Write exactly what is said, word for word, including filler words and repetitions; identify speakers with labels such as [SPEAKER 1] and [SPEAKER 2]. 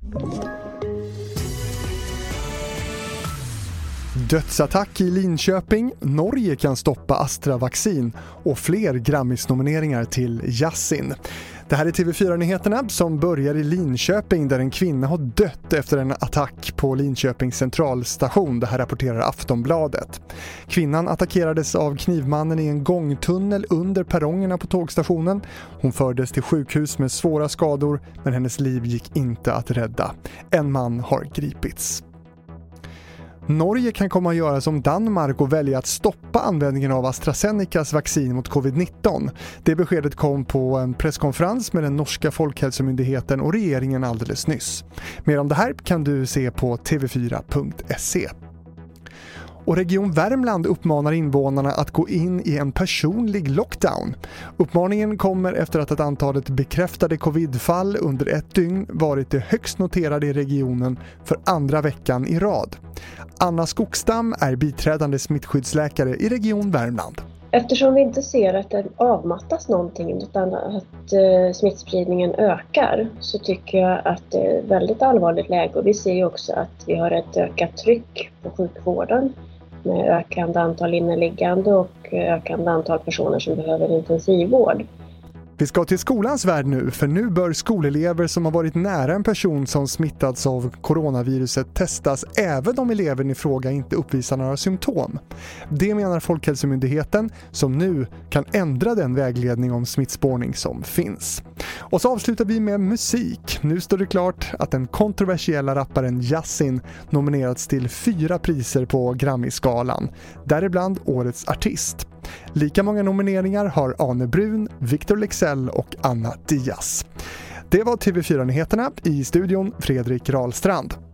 [SPEAKER 1] Dödsattack i Linköping, Norge kan stoppa Astra-vaccin och fler Grammis-nomineringar till Yasin. Det här är T V fyra-nyheterna som börjar i Linköping där en kvinna har dött efter en attack på Linköpings centralstation. Det här rapporterar Aftonbladet. Kvinnan attackerades av knivmannen i en gångtunnel under perrongerna på tågstationen. Hon fördes till sjukhus med svåra skador men hennes liv gick inte att rädda. En man har gripits. Norge kan komma att göra som Danmark och välja att stoppa användningen av AstraZenecas vaccin mot covid nitton. Det beskedet kom på en presskonferens med den norska folkhälsomyndigheten och regeringen alldeles nyss. Mer om det här kan du se på t v fyra punkt se. Och Region Värmland uppmanar invånarna att gå in i en personlig lockdown. Uppmaningen kommer efter att ett antalet bekräftade covidfall under ett dygn varit det högst noterade i regionen för andra veckan i rad. Anna Skogstam är biträdande smittskyddsläkare i Region Värmland.
[SPEAKER 2] Eftersom vi inte ser att det avmattas någonting utan att eh, smittspridningen ökar så tycker jag att det är ett väldigt allvarligt läge. Och vi ser ju också att vi har ett ökat tryck på sjukvården med ökande antal inneliggande och ökande antal personer som behöver intensivvård.
[SPEAKER 1] Vi ska till skolans värld nu, för nu bör skolelever som har varit nära en person som smittats av coronaviruset testas även om eleven i fråga inte uppvisar några symptom. Det menar Folkhälsomyndigheten som nu kan ändra den vägledning om smittspårning som finns. Och så avslutar vi med musik. Nu står det klart att den kontroversiella rapparen Yasin nominerats till fyra priser på Grammy-skalan, däribland Årets artist. Lika många nomineringar har Arne Brun, Victor Lexell och Anna Diaz. Det var T V fyra-nyheterna, i studion Fredrik Rahlstrand.